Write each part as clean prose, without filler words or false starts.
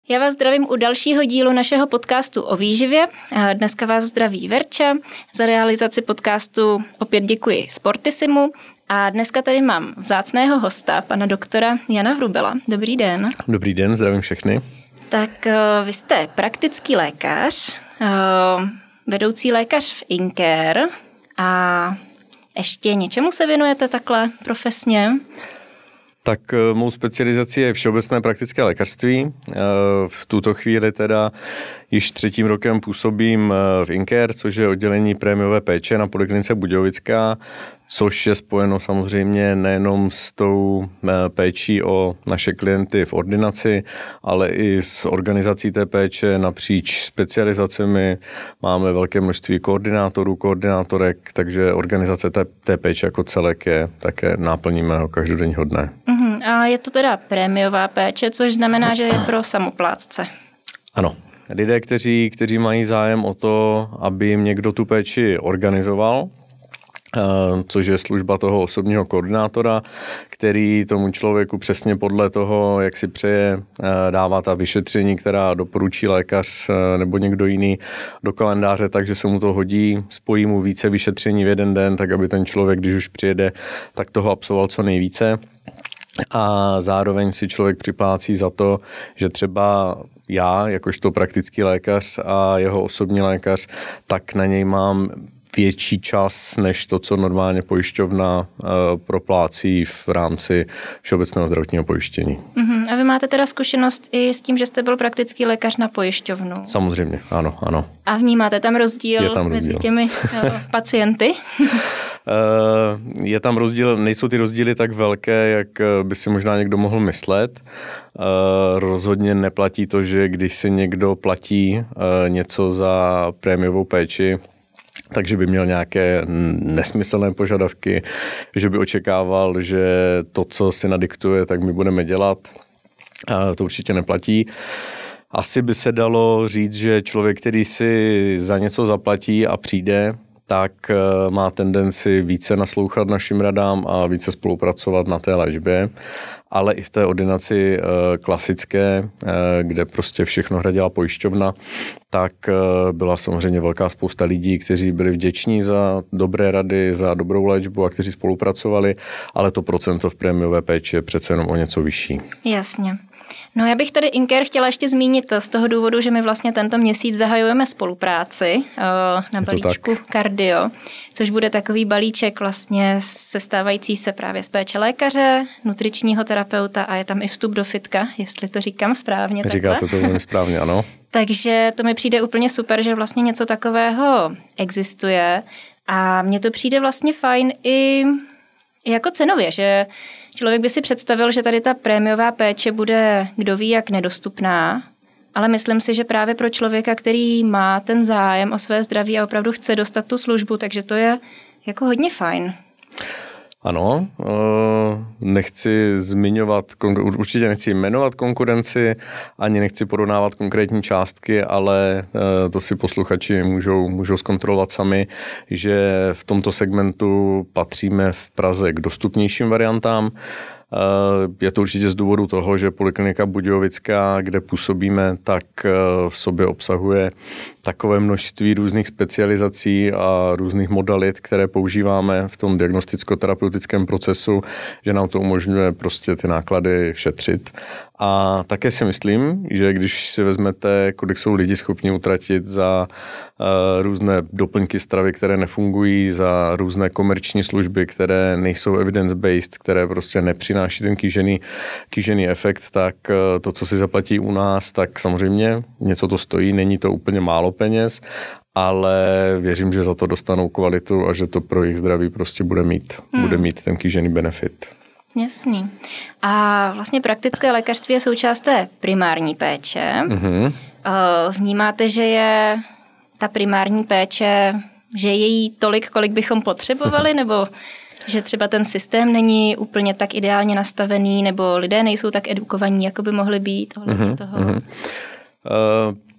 Já vás zdravím u dalšího dílu našeho podcastu o výživě. Dneska vás zdraví Verča. Za realizaci podcastu opět děkuji Sportisimu. A dneska tady mám vzácného hosta, pana doktora Jana Vrubela. Dobrý den. Dobrý den, zdravím všechny. Tak vy jste praktický lékař, vedoucí lékař v InCare a ještě něčemu se věnujete takhle profesně? Tak mou specializací je všeobecné praktické lékařství. V tuto chvíli teda již 3. rokem působím v InCare, což je oddělení prémiové péče na Poliklinice Budějovická, což je spojeno samozřejmě nejenom s tou péčí o naše klienty v ordinaci, ale i s organizací té péče napříč specializacemi. Máme velké množství koordinátorů, koordinátorek, takže organizace té péče jako celek je také náplní mého každodenního dne. A je to teda prémiová péče, což znamená, že je pro samoplátce. Ano. Lidé, kteří mají zájem o to, aby jim někdo tu péči organizoval, což je služba toho osobního koordinátora, který tomu člověku přesně podle toho, jak si přeje, dává ta vyšetření, která doporučí lékař nebo někdo jiný do kalendáře, takže se mu to hodí, spojí mu více vyšetření v jeden den, tak aby ten člověk, když už přijede, tak toho absolvoval co nejvíce. A zároveň si člověk připlácí za to, že třeba já, jakožto praktický lékař a jeho osobní lékař, tak na něj mám větší čas, než to, co normálně pojišťovna proplácí v rámci všeobecného zdravotního pojištění. A vy máte teda zkušenost i s tím, že jste byl praktický lékař na pojišťovnu? Samozřejmě, ano. A vnímáte tam rozdíl mezi těmi pacienty? Je tam rozdíl, nejsou ty rozdíly tak velké, jak by si možná někdo mohl myslet. Rozhodně neplatí to, že když si někdo platí něco za prémiovou péči, takže by měl nějaké nesmyslné požadavky, že by očekával, že to, co si nadiktuje, tak my budeme dělat. To určitě neplatí. Asi by se dalo říct, že člověk, který si za něco zaplatí a přijde, tak má tendenci více naslouchat našim radám a více spolupracovat na té léčbě, ale i v té ordinaci klasické, kde prostě všechno hradila pojišťovna, tak byla samozřejmě velká spousta lidí, kteří byli vděční za dobré rady, za dobrou léčbu a kteří spolupracovali, ale to procento v prémiové péči je přece jenom o něco vyšší. Jasně. No já bych tady InCare chtěla ještě zmínit z toho důvodu, že my vlastně tento měsíc zahajujeme spolupráci na balíčku Cardio, což bude takový balíček vlastně sestávající se právě z péče lékaře, nutričního terapeuta a je tam i vstup do fitka, jestli to říkám správně. Říkáte to velmi správně, ano. Takže to mi přijde úplně super, že vlastně něco takového existuje a mně to přijde vlastně fajn i jako cenově, že člověk by si představil, že tady ta prémiová péče bude kdo ví jak nedostupná, ale myslím si, že právě pro člověka, který má ten zájem o své zdraví a opravdu chce dostat tu službu, takže to je jako hodně fajn. Ano, určitě nechci jmenovat konkurenci, ani nechci porovnávat konkrétní částky, ale to si posluchači můžou zkontrolovat sami, že v tomto segmentu patříme v Praze k dostupnějším variantám. Je to určitě z důvodu toho, že Poliklinika Budějovická, kde působíme, tak v sobě obsahuje takové množství různých specializací a různých modalit, které používáme v tom diagnosticko-terapeutickém procesu, že nám to umožňuje prostě ty náklady šetřit. A také si myslím, že když si vezmete, kolik jsou lidi schopni utratit za různé doplňky stravy, které nefungují, za různé komerční služby, které nejsou evidence-based, které prostě nepřináší ten kýžený efekt, tak to, co si zaplatí u nás, tak samozřejmě něco to stojí, není to úplně málo peněz, ale věřím, že za to dostanou kvalitu a že to pro jejich zdraví prostě bude mít ten kýžený benefit. Jasný. A vlastně praktické lékařství je součást té primární péče. Vnímáte, že je ta primární péče, že je jí tolik, kolik bychom potřebovali, nebo že třeba ten systém není úplně tak ideálně nastavený, nebo lidé nejsou tak edukovaní, jako by mohli být ohledně toho?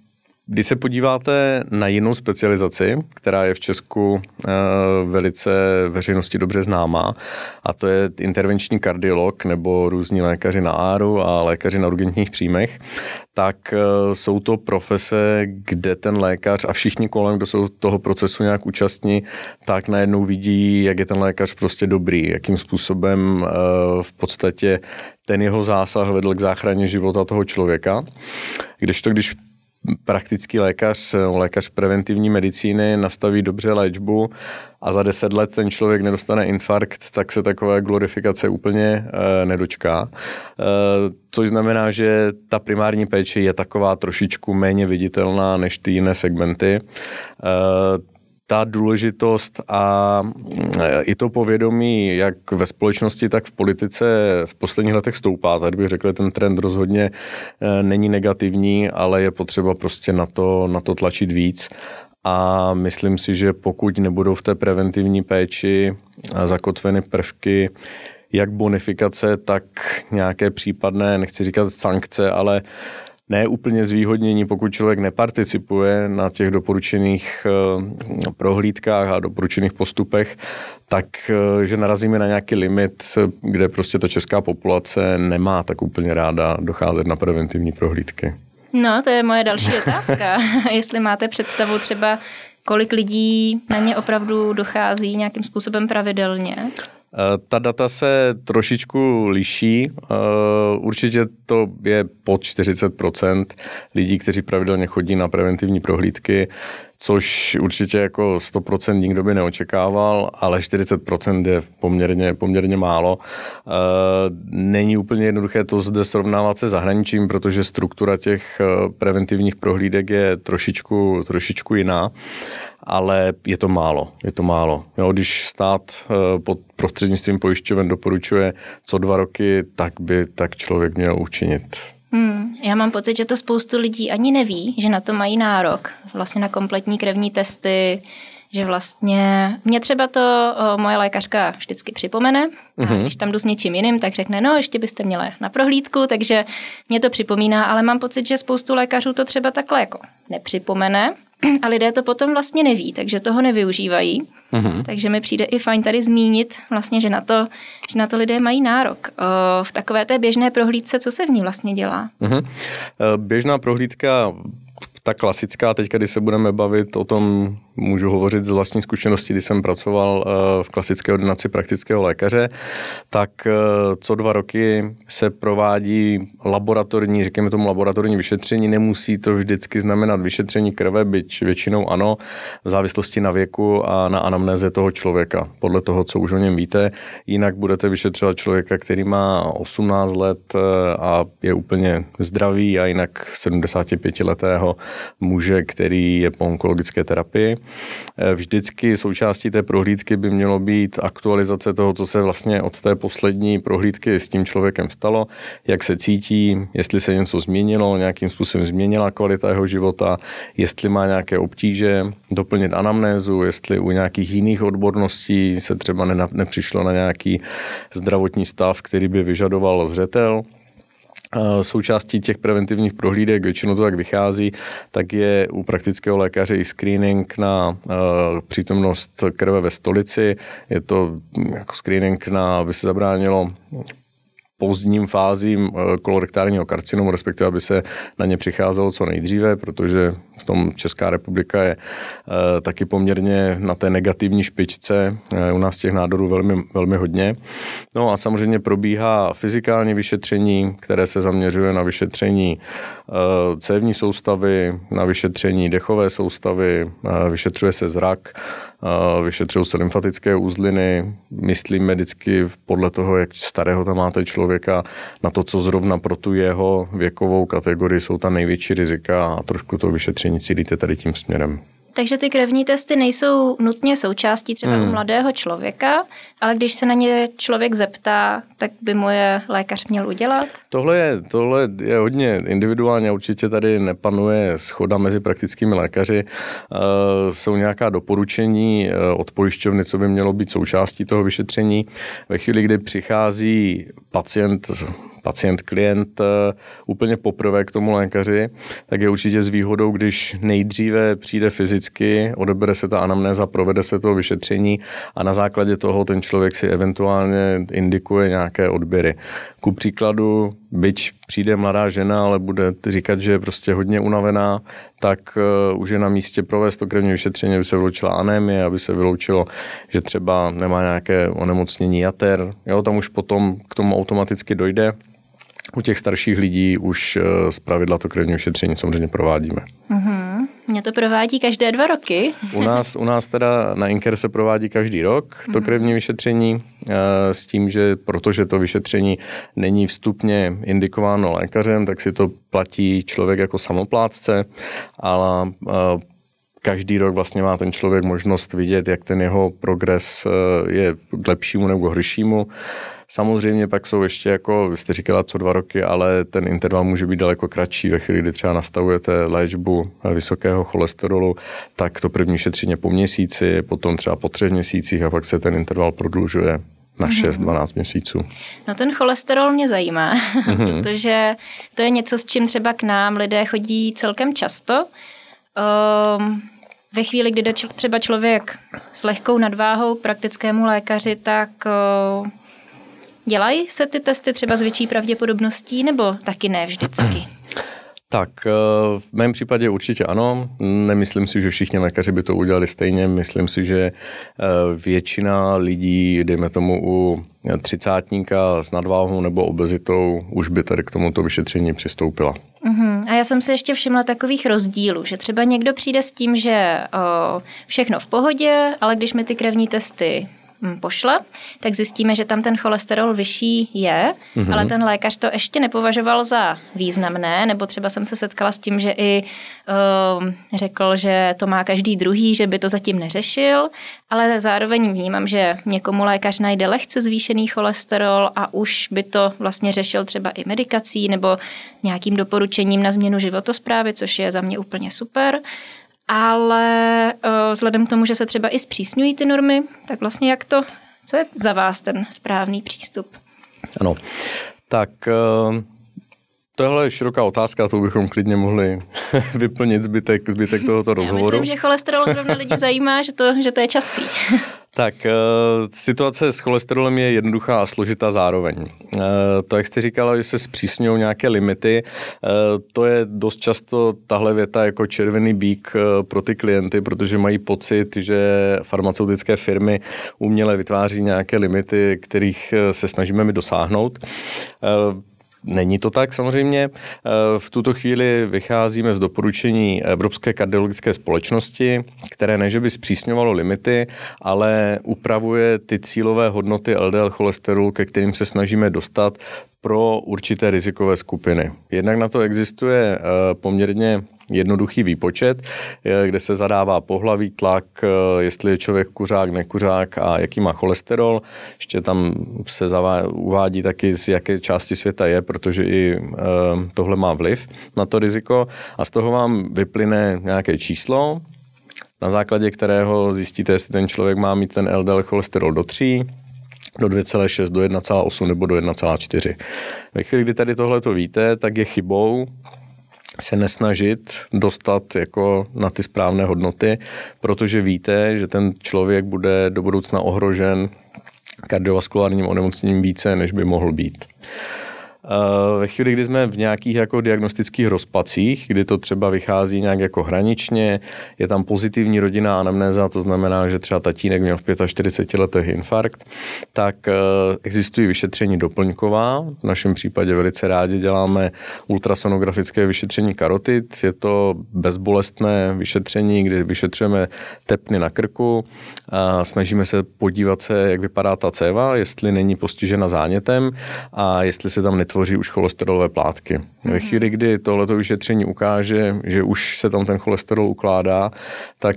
Když se podíváte na jinou specializaci, která je v Česku velice veřejnosti dobře známá, a to je intervenční kardiolog nebo různí lékaři na ARu a lékaři na urgentních příjmech, tak jsou to profese, kde ten lékař a všichni kolem, kdo jsou toho procesu nějak účastní, tak najednou vidí, jak je ten lékař prostě dobrý, jakým způsobem v podstatě ten jeho zásah vedl k záchraně života toho člověka. Když praktický lékař preventivní medicíny nastaví dobře léčbu a za 10 let ten člověk nedostane infarkt, tak se takové glorifikace úplně nedočká. Což znamená, že ta primární péče je taková trošičku méně viditelná než ty jiné segmenty. Ta důležitost a i to povědomí, jak ve společnosti, tak v politice v posledních letech stoupá. Tady bych řekl, že ten trend rozhodně není negativní, ale je potřeba prostě na to tlačit víc. A myslím si, že pokud nebudou v té preventivní péči zakotveny prvky, jak bonifikace, tak nějaké případné, nechci říkat sankce, ale ne úplně zvýhodnění, pokud člověk neparticipuje na těch doporučených prohlídkách a doporučených postupech, tak že narazíme na nějaký limit, kde prostě ta česká populace nemá tak úplně ráda docházet na preventivní prohlídky. No, to je moje další otázka. Jestli máte představu třeba, kolik lidí na ně opravdu dochází nějakým způsobem pravidelně? Ta data se trošičku liší. Určitě to je pod 40% lidí, kteří pravidelně chodí na preventivní prohlídky, což určitě jako 100% nikdo by neočekával, ale 40% je poměrně málo. Není úplně jednoduché to zde srovnávat se zahraničím, protože struktura těch preventivních prohlídek je trošičku jiná, ale je to málo. Jo, když stát pod prostřednictvím pojišťoven doporučuje co 2 roky, tak člověk měl učinit. Já mám pocit, že to spoustu lidí ani neví, že na to mají nárok, vlastně na kompletní krevní testy, že vlastně mě třeba to moje lékařka vždycky připomene, a když tam jdu s něčím jiným, tak řekne, no ještě byste měli na prohlídku, takže mě to připomíná, ale mám pocit, že spoustu lékařů to třeba takhle jako nepřipomene a lidé to potom vlastně neví, takže toho nevyužívají. Takže mi přijde i fajn tady zmínit vlastně, že na to lidé mají nárok. V takové té běžné prohlídce, co se v ní vlastně dělá? Běžná prohlídka, ta klasická, teďka, když se budeme bavit o tom, můžu hovořit z vlastní zkušenosti, kdy jsem pracoval v klasické ordinaci praktického lékaře, tak co 2 roky se provádí laboratorní, řekněme tomu laboratorní vyšetření. Nemusí to vždycky znamenat vyšetření krve, byť většinou ano, v závislosti na věku a na anamnéze toho člověka, podle toho, co už o něm víte. Jinak budete vyšetřovat člověka, který má 18 let a je úplně zdravý, a jinak 75letého muže, který je po onkologické terapii. Vždycky součástí té prohlídky by mělo být aktualizace toho, co se vlastně od té poslední prohlídky s tím člověkem stalo, jak se cítí, jestli se něco změnilo, nějakým způsobem změnila kvalita jeho života, jestli má nějaké obtíže, doplnit anamnézu, jestli u nějakých jiných odborností se třeba nepřišlo na nějaký zdravotní stav, který by vyžadoval zřetel. Součástí těch preventivních prohlídek, většinou to tak vychází, tak je u praktického lékaře i screening na přítomnost krve ve stolici. Je to jako screening aby se zabránilo pozdním fázím kolorektárního karcinomu, respektive aby se na ně přicházelo co nejdříve, protože v tom Česká republika je taky poměrně na té negativní špičce. U nás těch nádorů velmi, velmi hodně. No a samozřejmě probíhá fyzikální vyšetření, které se zaměřuje na vyšetření cévní soustavy, na vyšetření dechové soustavy, vyšetřuje se zrak, vyšetřují se lymfatické uzliny, myslím medicky podle toho, jak starého tam máte člověka, na to, co zrovna pro tu jeho věkovou kategorii jsou ta největší rizika, a trošku to vyšetření cílíte tady tím směrem. Takže ty krevní testy nejsou nutně součástí třeba u mladého člověka, ale když se na ně člověk zeptá, tak by mu je lékař měl udělat? Tohle je hodně individuálně, určitě tady nepanuje shoda mezi praktickými lékaři. Jsou nějaká doporučení od pojišťovny, co by mělo být součástí toho vyšetření. Ve chvíli, kdy přichází pacient pacient, klient úplně poprvé k tomu lékaři, tak je určitě s výhodou, když nejdříve přijde fyzicky, odebere se ta anamnéza, provede se to vyšetření a na základě toho ten člověk si eventuálně indikuje nějaké odběry. Ku příkladu, byť přijde mladá žena, ale bude říkat, že je prostě hodně unavená, tak už je na místě provést to krevní vyšetření, aby se vyloučila anémie, aby se vyloučilo, že třeba nemá nějaké onemocnění jater. Jo, tam už potom k tomu automaticky dojde. U těch starších lidí už zpravidla to krevní vyšetření samozřejmě provádíme. Mm-hmm. Mě to provádí každé 2 roky. U nás teda na Inker se provádí každý rok to krevní vyšetření s tím, že protože to vyšetření není vstupně indikováno lékařem, tak si to platí člověk jako samoplátce, ale každý rok vlastně má ten člověk možnost vidět, jak ten jeho progres je k lepšímu nebo k horšímu. Samozřejmě pak jsou ještě, jako vy jste říkala, co 2 roky, ale ten interval může být daleko kratší. Ve chvíli, kdy třeba nastavujete léčbu vysokého cholesterolu, tak to první šetření po měsíci, potom třeba po 3 měsících a pak se ten interval prodlužuje na 6-12 měsíců. No ten cholesterol mě zajímá, protože to je něco, s čím třeba k nám lidé chodí celkem často. Ve chvíli, kdy jde třeba člověk s lehkou nadváhou k praktickému lékaři, tak dělají se ty testy třeba s větší pravděpodobností, nebo taky ne vždycky? Tak v mém případě určitě ano. Nemyslím si, že všichni lékaři by to udělali stejně. Myslím si, že většina lidí, dejme tomu u 30-tníka s nadváhou nebo obezitou, už by tady k tomuto vyšetření přistoupila. A já jsem se ještě všimla takových rozdílů, že třeba někdo přijde s tím, že všechno v pohodě, ale když mi ty krevní testy pošle, tak zjistíme, že tam ten cholesterol vyšší je, ale ten lékař to ještě nepovažoval za významné, nebo třeba jsem se setkala s tím, že i řekl, že to má každý druhý, že by to zatím neřešil, ale zároveň vnímám, že někomu lékař najde lehce zvýšený cholesterol a už by to vlastně řešil třeba i medikací nebo nějakým doporučením na změnu životosprávy, což je za mě úplně super. Ale vzhledem k tomu, že se třeba i zpřísňují ty normy, tak vlastně co je za vás ten správný přístup? Ano, tak tohle je široká otázka, to bychom klidně mohli vyplnit zbytek tohoto rozhovoru. Já myslím, že cholesterol zrovna lidi zajímá, že to je častý. Tak situace s cholesterolem je jednoduchá a složitá zároveň. To, jak jste říkala, že se zpřísňují nějaké limity, to je dost často tahle věta jako červený bík pro ty klienty, protože mají pocit, že farmaceutické firmy uměle vytváří nějaké limity, kterých se snažíme my dosáhnout. Není to tak samozřejmě. V tuto chvíli vycházíme z doporučení Evropské kardiologické společnosti, které ne, že by zpřísňovalo limity, ale upravuje ty cílové hodnoty LDL cholesterolu, ke kterým se snažíme dostat pro určité rizikové skupiny. Jednak na to existuje poměrně jednoduchý výpočet, kde se zadává pohlaví, tlak, jestli je člověk kuřák, nekuřák a jaký má cholesterol. Ještě tam se uvádí taky, z jaké části světa je, protože i tohle má vliv na to riziko. A z toho vám vyplyne nějaké číslo, na základě kterého zjistíte, jestli ten člověk má mít ten LDL cholesterol do 3, do 2,6, do 1,8 nebo do 1,4. Ve chvíli, kdy tady tohleto víte, tak je chybou se nesnažit dostat jako na ty správné hodnoty, protože víte, že ten člověk bude do budoucna ohrožen kardiovaskulárním onemocněním více, než by mohl být. Ve chvíli, kdy jsme v nějakých jako diagnostických rozpacích, kdy to třeba vychází nějak jako hraničně, je tam pozitivní rodinná anamnéza, to znamená, že třeba tatínek měl v 45 letech infarkt, tak existují vyšetření doplňková. V našem případě velice rádi děláme ultrasonografické vyšetření karotid. Je to bezbolestné vyšetření, kdy vyšetřujeme tepny na krku a snažíme se podívat se, jak vypadá ta céva, jestli není postižena zánětem a jestli se tam netvoří už cholesterolové plátky. Ve chvíli, kdy tohleto vyšetření ukáže, že už se tam ten cholesterol ukládá, tak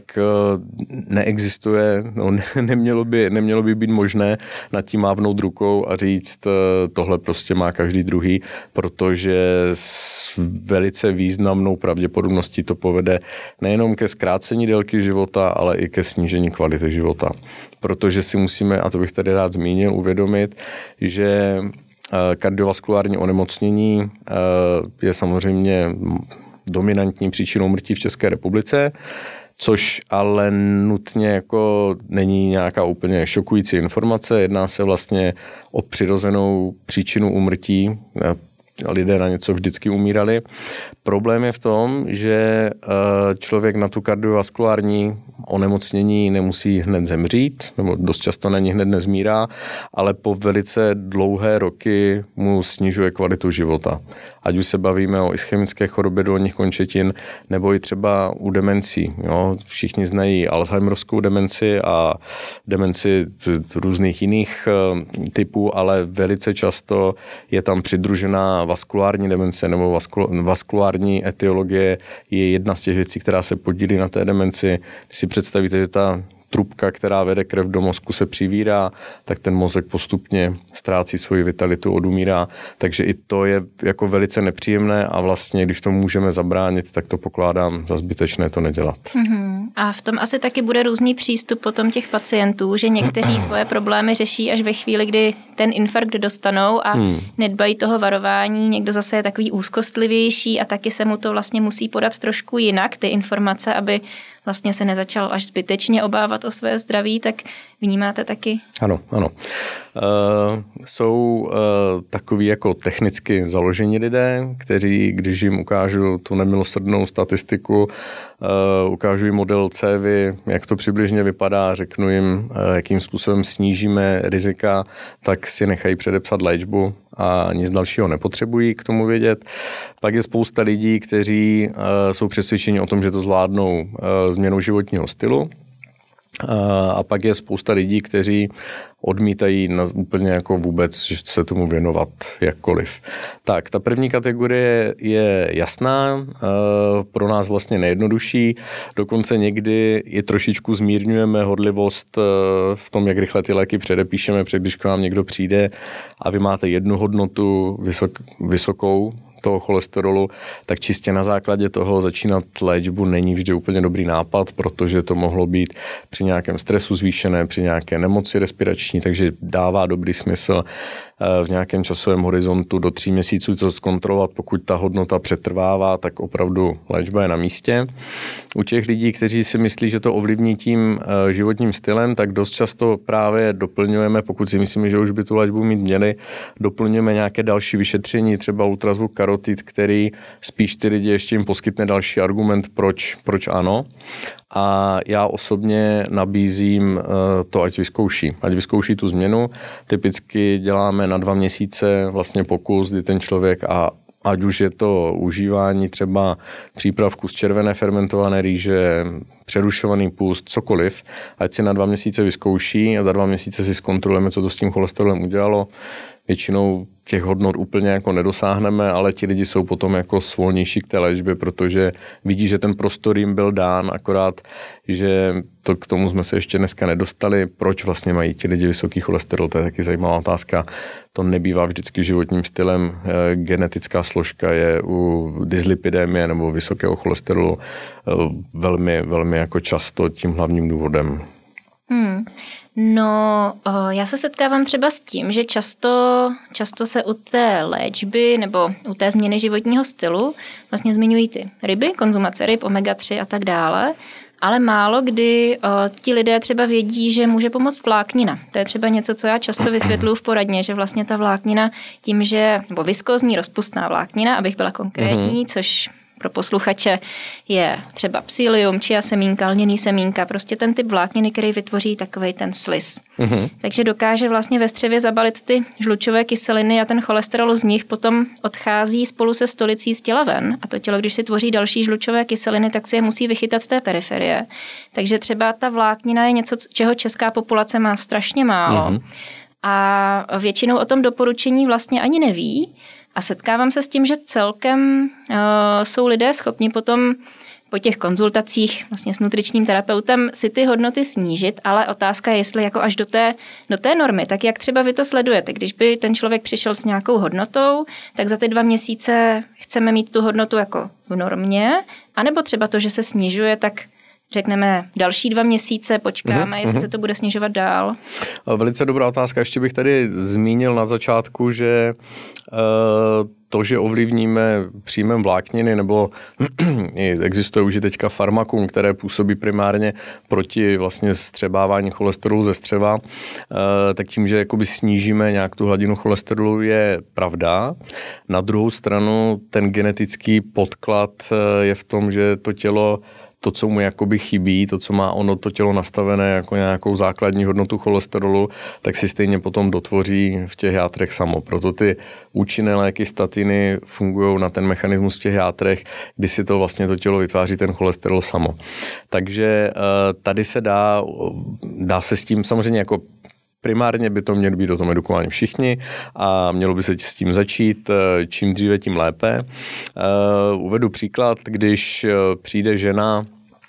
neexistuje, nemělo by být možné nad tím mávnout rukou a říct, tohle prostě má každý druhý, protože s velice významnou pravděpodobností to povede nejenom ke zkrácení délky života, ale i ke snížení kvality života. Protože si musíme, a to bych tady rád zmínil, uvědomit, že Kardiovaskulární onemocnění je samozřejmě dominantní příčinou úmrtí v České republice, což ale nutně jako není nějaká úplně šokující informace. Jedná se vlastně o přirozenou příčinu úmrtí. Lidé na něco vždycky umírali. Problém je v tom, že člověk na tu kardiovaskulární onemocnění nemusí hned zemřít, nebo dost často na ní hned nezmírá, ale po velice dlouhé roky mu snižuje kvalitu života. Ať už se bavíme o ischemické chorobě dolních končetin, nebo i třeba u demencí. Jo? Všichni znají Alzheimerovskou demenci a demenci různých jiných typů, ale velice často je tam přidružená vaskulární demence nebo vaskulární etiologie je jedna z těch věcí, která se podílí na té demenci. Když si představíte, že ta trubka, která vede krev do mozku, se přivírá, tak ten mozek postupně ztrácí svoji vitalitu, odumírá. Takže i to je jako velice nepříjemné a vlastně, když to můžeme zabránit, tak to pokládám za zbytečné to nedělat. A v tom asi taky bude různý přístup potom těch pacientů, že někteří svoje problémy řeší až ve chvíli, kdy ten infarkt dostanou a nedbají toho varování. Někdo zase je takový úzkostlivější a taky se mu to vlastně musí podat trošku jinak, ty informace, aby vlastně se nezačal až zbytečně obávat o své zdraví, tak vnímáte taky? Ano. Jsou takový jako technicky založení lidé, kteří, když jim ukážu tu nemilosrdnou statistiku, ukážu jim model cévy, jak to přibližně vypadá, řeknu jim, jakým způsobem snížíme rizika, tak si nechají předepsat léčbu a nic dalšího nepotřebují k tomu vědět. Pak je spousta lidí, kteří jsou přesvědčeni o tom, že to zvládnou změnou životního stylu. A pak je spousta lidí, kteří odmítají úplně jako vůbec se tomu věnovat jakkoliv. Tak, ta první kategorie je jasná, pro nás vlastně nejjednodušší, dokonce někdy je trošičku zmírňujeme horlivost v tom, jak rychle ty léky předepíšeme, protože když k vám někdo přijde a vy máte jednu hodnotu vysokou toho cholesterolu, tak čistě na základě toho začínat léčbu není vždy úplně dobrý nápad, protože to mohlo být při nějakém stresu zvýšené, při nějaké nemoci respirační, takže dává dobrý smysl v nějakém časovém horizontu do 3 měsíců to zkontrolovat, pokud ta hodnota přetrvává, tak opravdu léčba je na místě. U těch lidí, kteří si myslí, že to ovlivní tím životním stylem, tak dost často právě doplňujeme, pokud si myslíme, že už by tu léčbu mít měli, doplňujeme nějaké další vyšetření, třeba ultrazvuk karotid, který spíš ty lidi ještě jim poskytne další argument, proč ano. A já osobně nabízím to, ať vyzkouší tu změnu. Typicky děláme na 2 měsíce vlastně pokus, kdy ten člověk a ať už je to užívání třeba přípravku z červené fermentované rýže, přerušovaný půst, cokoliv, ať si na 2 měsíce vyzkouší a za 2 měsíce si zkontrolujeme, co to s tím cholesterolem udělalo. Většinou těch hodnot úplně jako nedosáhneme, ale ti lidi jsou potom jako svolnější k té léčbě, protože vidí, že ten prostor jim byl dán, akorát, že to k tomu jsme se ještě dneska nedostali. Proč vlastně mají ti lidi vysoký cholesterol? To je taky zajímavá otázka. To nebývá vždycky životním stylem. Genetická složka je u dyslipidemie nebo vysokého cholesterolu velmi, velmi jako často tím hlavním důvodem. No, já se setkávám třeba s tím, že často se u té léčby nebo u té změny životního stylu vlastně zmiňují ty ryby, konzumace ryb, omega-3 a tak dále, ale málo kdy ti lidé třeba vědí, že může pomoct vláknina. To je třeba něco, co já často vysvětluji v poradně, že vlastně ta vláknina tím, že, nebo viskózní rozpustná vláknina, abych byla konkrétní, což pro posluchače je třeba psyllium, chia semínka, lněný semínka, prostě ten typ vlákniny, který vytvoří takovej ten sliz. Takže dokáže vlastně ve střevě zabalit ty žlučové kyseliny a ten cholesterol z nich potom odchází spolu se stolicí z těla ven. A to tělo, když si tvoří další žlučové kyseliny, tak si je musí vychytat z té periferie. Takže třeba ta vláknina je něco, čeho česká populace má strašně málo. A většinou o tom doporučení vlastně ani neví. A setkávám se s tím, že celkem jsou lidé schopni potom po těch konzultacích vlastně s nutričním terapeutem si ty hodnoty snížit, ale otázka je, jestli jako až do té normy, tak jak třeba vy to sledujete, když by ten člověk přišel s nějakou hodnotou, tak za ty 2 měsíce chceme mít tu hodnotu jako v normě, anebo třeba to, že se snižuje, tak řekneme další 2 měsíce, počkáme, jestli se to bude snižovat dál. Velice dobrá otázka. Ještě bych tady zmínil na začátku, že to, že ovlivníme příjmem vlákniny, nebo existuje už teďka farmakum, které působí primárně proti vlastně střebávání cholesterolu ze střeva, tak tím, že jakoby snížíme nějak tu hladinu cholesterolu, je pravda. Na druhou stranu ten genetický podklad je v tom, že to tělo, to, co mu jakoby chybí, to, co má ono to tělo nastavené jako nějakou základní hodnotu cholesterolu, tak si stejně potom dotvoří v těch játrech samo. Proto ty účinné léky statiny fungují na ten mechanismus v těch játrech, kdy si to vlastně to tělo vytváří ten cholesterol samo. Takže tady se dá se s tím samozřejmě jako primárně by to měli být o tom edukováni všichni a mělo by se s tím začít, čím dříve, tím lépe. Uvedu příklad, když přijde žena,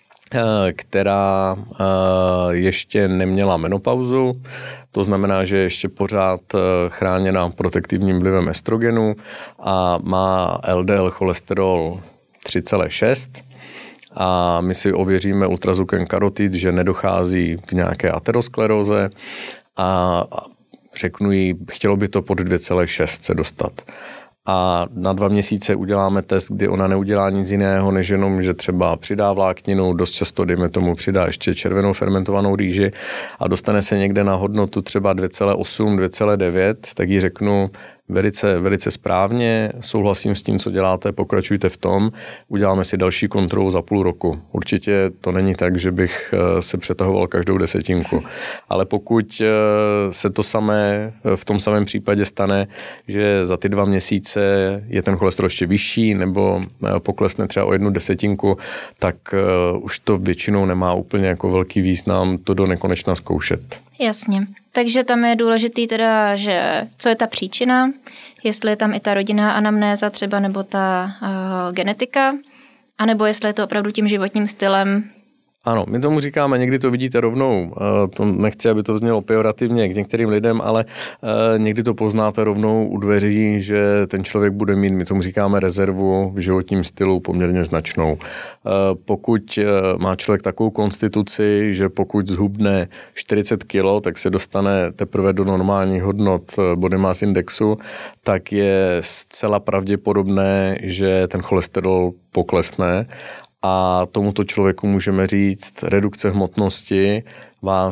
která ještě neměla menopauzu, to znamená, že ještě pořád chráněná protektivním vlivem estrogenu a má LDL cholesterol 3,6 a my si ověříme ultrazvukem karotid, že nedochází k nějaké ateroskleróze a řeknu jí, chtělo by to pod 2,6 se dostat. A na 2 měsíce uděláme test, kdy ona neudělá nic jiného, než jenom, že třeba přidá vlákninu, dost často, dejme tomu, přidá ještě červenou fermentovanou rýži a dostane se někde na hodnotu třeba 2,8, 2,9, tak jí řeknu, velice, velice správně, souhlasím s tím, co děláte, pokračujte v tom, uděláme si další kontrolu za půl roku. Určitě to není tak, že bych se přetahoval každou desetinku, ale pokud se to samé v tom samém případě stane, že za ty 2 měsíce je ten cholesterol ještě vyšší nebo poklesne třeba o 1 desetinku, tak už to většinou nemá úplně jako velký význam to do nekonečna zkoušet. Jasně. Takže tam je důležitý teda, že co je ta příčina, jestli je tam i ta rodinná anamnéza třeba nebo ta genetika, anebo jestli je to opravdu tím životním stylem. Ano, my tomu říkáme, někdy to vidíte rovnou, to nechci, aby to znělo pejorativně k některým lidem, ale někdy to poznáte rovnou u dveří, že ten člověk bude mít, my tomu říkáme rezervu v životním stylu poměrně značnou. Pokud má člověk takovou konstituci, že pokud zhubne 40 kg, tak se dostane teprve do normálních hodnot body mass indexu, tak je zcela pravděpodobné, že ten cholesterol poklesne. A tomuto člověku můžeme říct, redukce hmotnosti vám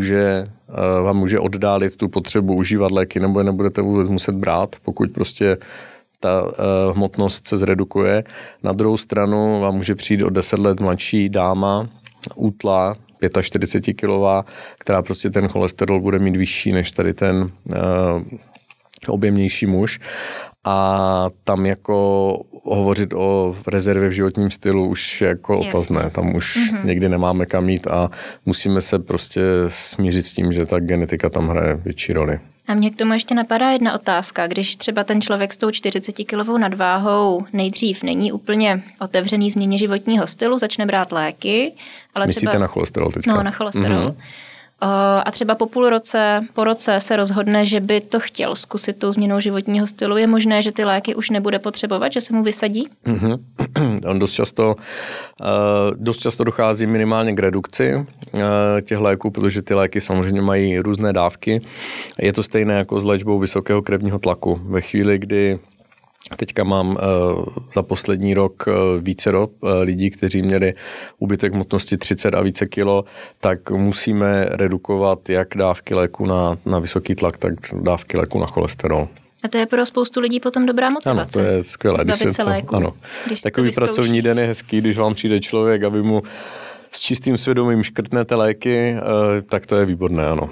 může oddálit tu potřebu užívat léky, nebo je nebudete vůbec muset brát, pokud prostě ta hmotnost se zredukuje. Na druhou stranu vám může přijít o 10 let mladší dáma, útlá, 45kilová, která prostě ten cholesterol bude mít vyšší než tady ten objemnější muž. A tam jako hovořit o rezervě v životním stylu už jako otazné. Tam už někdy nemáme kam jít a musíme se prostě smířit s tím, že ta genetika tam hraje větší roli. A mě k tomu ještě napadá jedna otázka. Když třeba ten člověk s tou 40kilovou nadváhou nejdřív není úplně otevřený změně životního stylu, začne brát léky. Ale myslíte třeba na cholesterol teďka? No, na cholesterol. A třeba po roce se rozhodne, že by to chtěl zkusit tou změnou životního stylu. Je možné, že ty léky už nebude potřebovat, že se mu vysadí? On dost často dochází minimálně k redukci těch léků, protože ty léky samozřejmě mají různé dávky. Je to stejné jako s léčbou vysokého krevního tlaku. Ve chvíli, kdy teďka mám za poslední rok vícero lidí, kteří měli úbytek hmotnosti 30 a více kilo, tak musíme redukovat jak dávky léku na vysoký tlak, tak dávky léku na cholesterol. A to je pro spoustu lidí potom dobrá motivace. Ano, to je skvělé. Takový pracovní den je hezký, když vám přijde člověk a vy mu s čistým svědomím škrtnete léky, tak to je výborné, ano.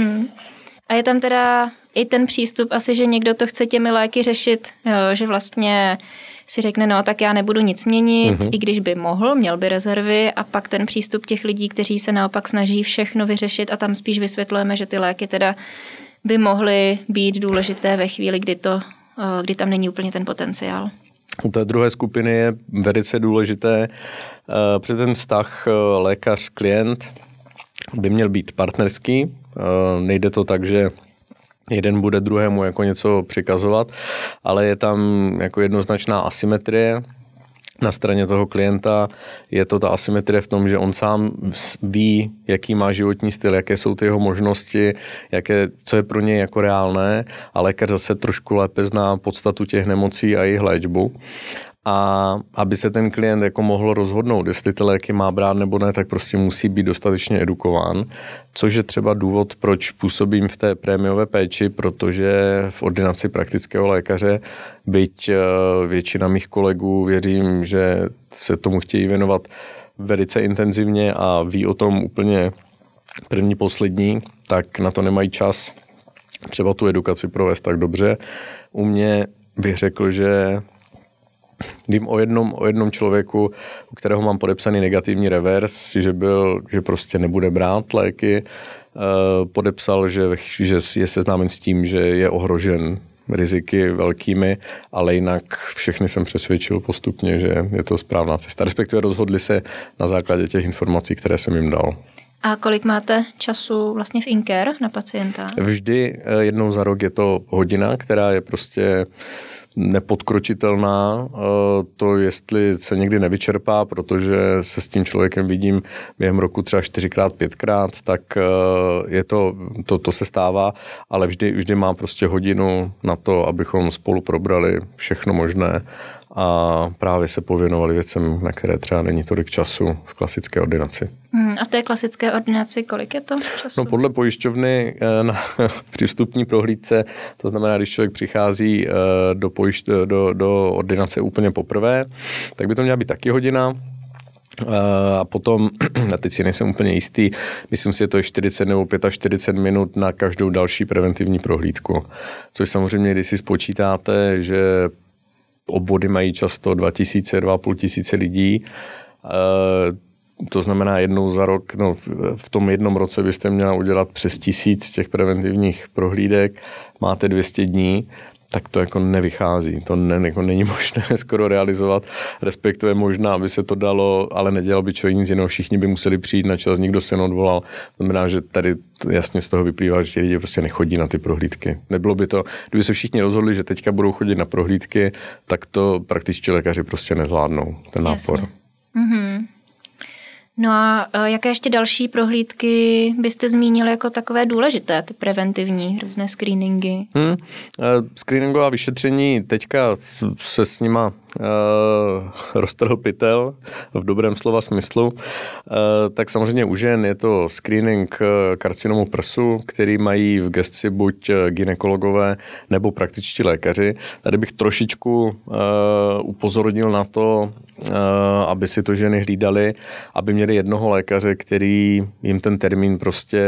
A je tam teda i ten přístup asi, že někdo to chce těmi léky řešit, že vlastně si řekne, no tak já nebudu nic měnit, i když by mohl, měl by rezervy a pak ten přístup těch lidí, kteří se naopak snaží všechno vyřešit a tam spíš vysvětlujeme, že ty léky teda by mohly být důležité ve chvíli, kdy tam není úplně ten potenciál. U té druhé skupiny je velice důležité, protože ten vztah lékař-klient by měl být partnerský. Nejde to tak, že jeden bude druhému jako něco přikazovat, ale je tam jako jednoznačná asymetrie. Na straně toho klienta je to ta asymetrie v tom, že on sám ví, jaký má životní styl, jaké jsou ty jeho možnosti, co je pro něj jako reálné, a lékař zase trošku lépe zná podstatu těch nemocí a jejich léčbu. A aby se ten klient jako mohl rozhodnout, jestli ty léky má brát nebo ne, tak prostě musí být dostatečně edukován, což je třeba důvod, proč působím v té prémiové péči, protože v ordinaci praktického lékaře, byť většina mých kolegů, věřím, že se tomu chtějí věnovat velice intenzivně a ví o tom úplně první, poslední, tak na to nemají čas třeba tu edukaci provést tak dobře. U mě bych řekl, že vím o jednom člověku, u kterého mám podepsaný negativní revers, že prostě nebude brát léky. Podepsal, že je seznámen s tím, že je ohrožen riziky velkými, ale jinak všechny jsem přesvědčil postupně, že je to správná cesta. Respektive rozhodli se na základě těch informací, které jsem jim dal. A kolik máte času vlastně v InCare na pacienta? Vždy jednou za rok je to hodina, která je prostě nepodkročitelná. To, jestli se někdy nevyčerpá, protože se s tím člověkem vidím během roku třeba 4x, 5x, tak je to se stává, ale vždy má prostě hodinu na to, abychom spolu probrali všechno možné a právě se pověnovali věcem, na které třeba není tolik času v klasické ordinaci. A v té klasické ordinaci kolik je to času? No, podle pojišťovny při vstupní prohlídce, to znamená, když člověk přichází do ordinace úplně poprvé, tak by to měla být taky hodina. A potom, a teď si nejsem úplně jistý, myslím si, že to je 40 nebo 45 minut na každou další preventivní prohlídku. Což samozřejmě, když si spočítáte, že obvody mají často 2 500 lidí, to znamená jednou za rok, no v tom jednom roce byste měla udělat přes 1000 těch preventivních prohlídek, máte 200 dní, tak to jako nevychází, to jako není možné skoro realizovat, respektive možná, aby se to dalo, ale nedělal by člověk nic jiného, všichni by museli přijít na čas, nikdo se neodvolal, znamená, že tady jasně z toho vyplývá, že ti lidi prostě nechodí na ty prohlídky. Nebylo by to, kdyby se všichni rozhodli, že teďka budou chodit na prohlídky, tak to praktičtí lékaři prostě nezvládnou, ten nápor. Mhm. No a jaké ještě další prohlídky byste zmínili jako takové důležité, ty preventivní, různé screeningy? Screeningová vyšetření, teďka se s nima roztrhl pytel v dobrém slova smyslu. Tak samozřejmě u žen je to screening karcinomu prsu, který mají v gesci buď gynekologové nebo praktičtí lékaři. Tady bych trošičku upozornil na to, aby si to ženy hlídaly, aby měli jednoho lékaře, který jim ten termín prostě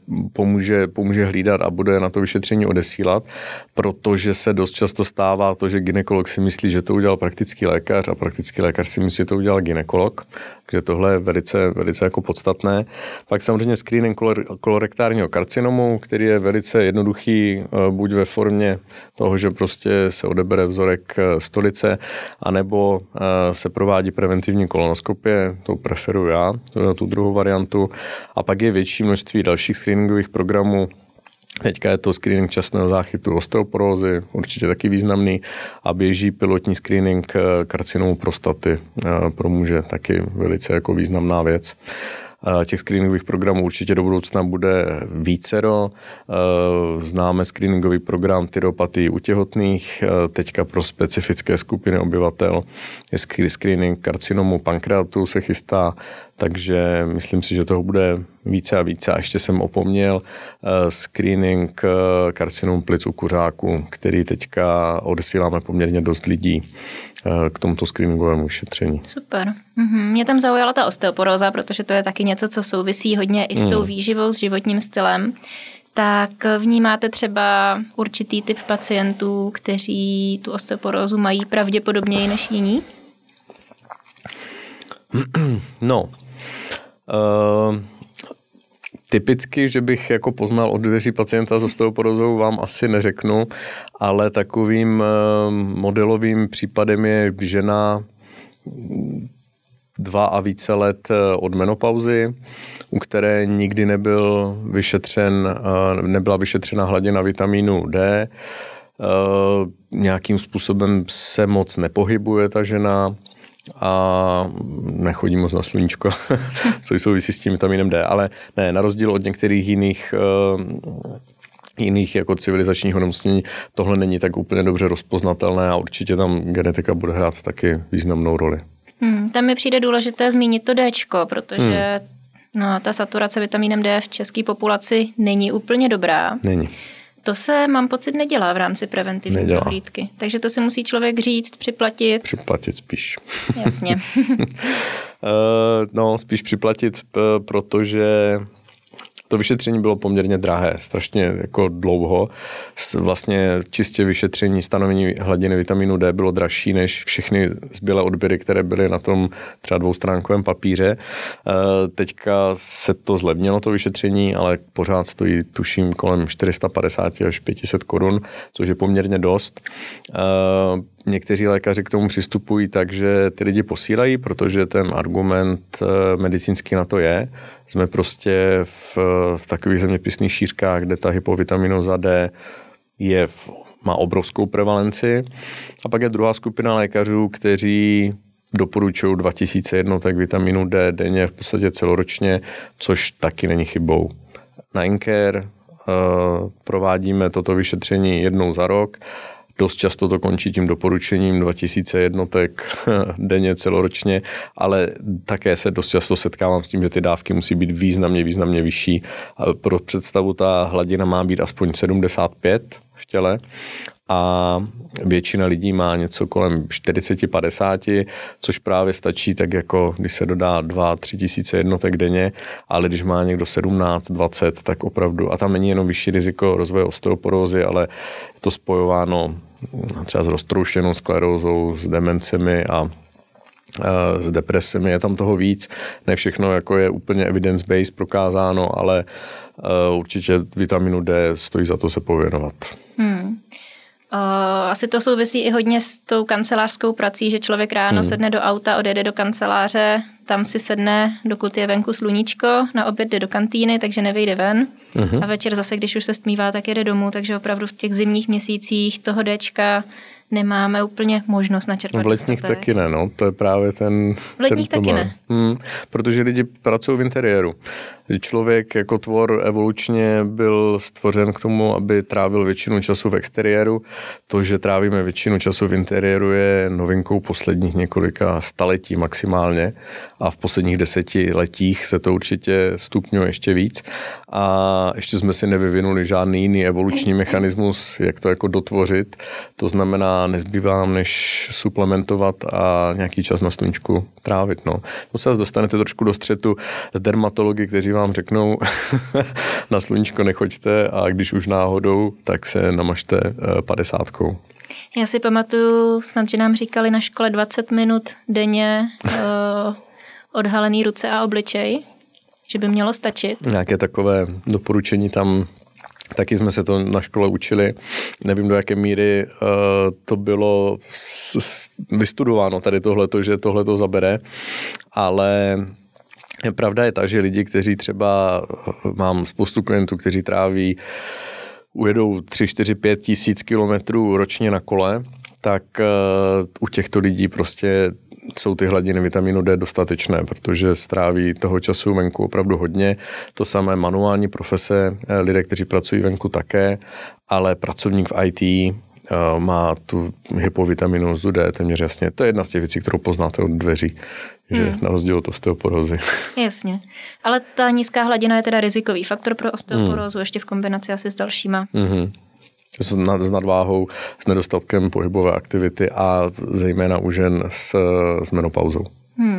pomůže hlídat a bude na to vyšetření odesílat, protože se dost často stává to, že gynekolog si myslí, že to udělal praktický lékař a praktický lékař si myslí, že to udělal gynekolog, takže tohle je velice, velice jako podstatné. Pak samozřejmě screening kolorektárního karcinomu, který je velice jednoduchý, buď ve formě toho, že prostě se odebere vzorek stolice, anebo se provádí preventivní kolonoskopie, to preferuji já, tu druhou variantu. A pak je větší množství dalších screeningových programů. Teďka je to screening časného záchytu osteoporózy, určitě taky významný, a běží pilotní screening karcinomu prostaty pro muže, taky velice jako významná věc. Těch screeningových programů určitě do budoucna bude vícero. Známe screeningový program tyropatii u těhotných, teďka pro specifické skupiny obyvatel je screening karcinomu pankreatu se chystá, takže myslím si, že toho bude více a více. A ještě jsem opomněl screening karcinomu plic u kuřáků, který teďka odesíláme poměrně dost lidí k tomuto screeningovému šetření. Super. Mě tam zaujala ta osteoporóza, protože to je taky něco, co souvisí hodně i s tou výživou, s životním stylem. Tak vnímáte třeba určitý typ pacientů, kteří tu osteoporózu mají pravděpodobněji než jiní? No, typicky, že bych jako poznal od dveří pacienta s osteoporózou, vám asi neřeknu, ale takovým modelovým případem je žena 2 a více let od menopauzy, u které nikdy nebyla vyšetřena hladina vitamínu D, nějakým způsobem se moc nepohybuje ta žena, a nechodím moc na sluníčko, což souvisí s tím vitaminem D, ale ne, na rozdíl od některých jiných jako civilizačních onemocnění, tohle není tak úplně dobře rozpoznatelné a určitě tam genetika bude hrát taky významnou roli. Tam mi přijde důležité zmínit to Dčko, protože ta saturace vitamínem D v české populaci není úplně dobrá. Není. To se, mám pocit, nedělá v rámci preventivní prohlídky. Takže to si musí člověk říct, připlatit. Připlatit spíš. Jasně. Spíš připlatit, protože to vyšetření bylo poměrně drahé, strašně jako dlouho. Vlastně čistě vyšetření, stanovení hladiny vitamínu D bylo dražší než všechny zbylé odběry, které byly na tom třeba 2stránkovém papíře. Teďka se to zlevnilo, to vyšetření, ale pořád stojí, tuším, kolem 450 až 500 korun, což je poměrně dost. Někteří lékaři k tomu přistupují tak, že ty lidi posílají, protože ten argument medicínský na to je. Jsme prostě v takových zeměpisných šířkách, kde ta hypovitaminoza D má obrovskou prevalenci. A pak je druhá skupina lékařů, kteří doporučují 2000 jednotek vitaminu D denně v podstatě celoročně, což taky není chybou. Na InCare provádíme toto vyšetření jednou za rok. Dost často to končí tím doporučením 2000 jednotek denně celoročně, ale také se dost často setkávám s tím, že ty dávky musí být významně vyšší. Pro představu ta hladina má být aspoň 75 v těle a většina lidí má něco kolem 40-50, což právě stačí tak jako, když se dodá 2-3 tisíce jednotek denně, ale když má někdo 17-20, tak opravdu, a tam není jenom vyšší riziko rozvoje osteoporózy, ale je to spojováno třeba s roztrouštěnou sklerózou, s demencemi a s depresemi, je tam toho víc. Ne všechno jako je úplně evidence-based prokázáno, ale určitě vitaminu D stojí za to se pověnovat. Asi to souvisí i hodně s tou kancelářskou prací, že člověk ráno sedne do auta, odjede do kanceláře, tam si sedne, dokud je venku sluníčko, na oběd jde do kantýny, takže nevejde ven. A večer zase, když už se stmívá, tak jede domů, takže opravdu v těch zimních měsících toho Dčka nemáme úplně možnost načerpat. V letních taky ne, no. To je právě ten V letních taky ne. Protože lidi pracují v interiéru. Člověk jako tvor evolučně byl stvořen k tomu, aby trávil většinu času v exteriéru. To, že trávíme většinu času v interiéru, je novinkou posledních několika staletí maximálně a v posledních 10 letích se to určitě stupňuje ještě víc a ještě jsme si nevyvinuli žádný jiný evoluční mechanismus, jak to jako dotvořit. To znamená, nezbývá nám než suplementovat a nějaký čas na sluníčku trávit. No. To se dostanete trošku do střetu s dermatology, kteří vám řeknou, na sluníčko nechoďte a když už náhodou, tak se namažte 50. Já si pamatuju, snad, že nám říkali na škole 20 minut denně odhalený ruce a obličej, že by mělo stačit. Nějaké takové doporučení tam, taky jsme se to na škole učili. Nevím, do jaké míry to bylo vystudováno tady tohleto, že tohleto zabere, ale pravda je ta, že lidi, kteří třeba, mám spoustu klientů, kteří ujedou 3, 4, 5 tisíc kilometrů ročně na kole, tak u těchto lidí prostě jsou ty hladiny vitamínu D dostatečné, protože stráví toho času venku opravdu hodně. To samé manuální profese, lidé, kteří pracují venku také, ale pracovník v IT má tu hypovitaminozu D téměř jasně. To je jedna z těch věcí, kterou poznáte od dveří, že na rozdíl od osteoporózy. Jasně. Ale ta nízká hladina je teda rizikový faktor pro osteoporózu, ještě v kombinaci asi s dalšíma. S nadváhou, s nedostatkem pohybové aktivity a zejména u žen s menopauzou.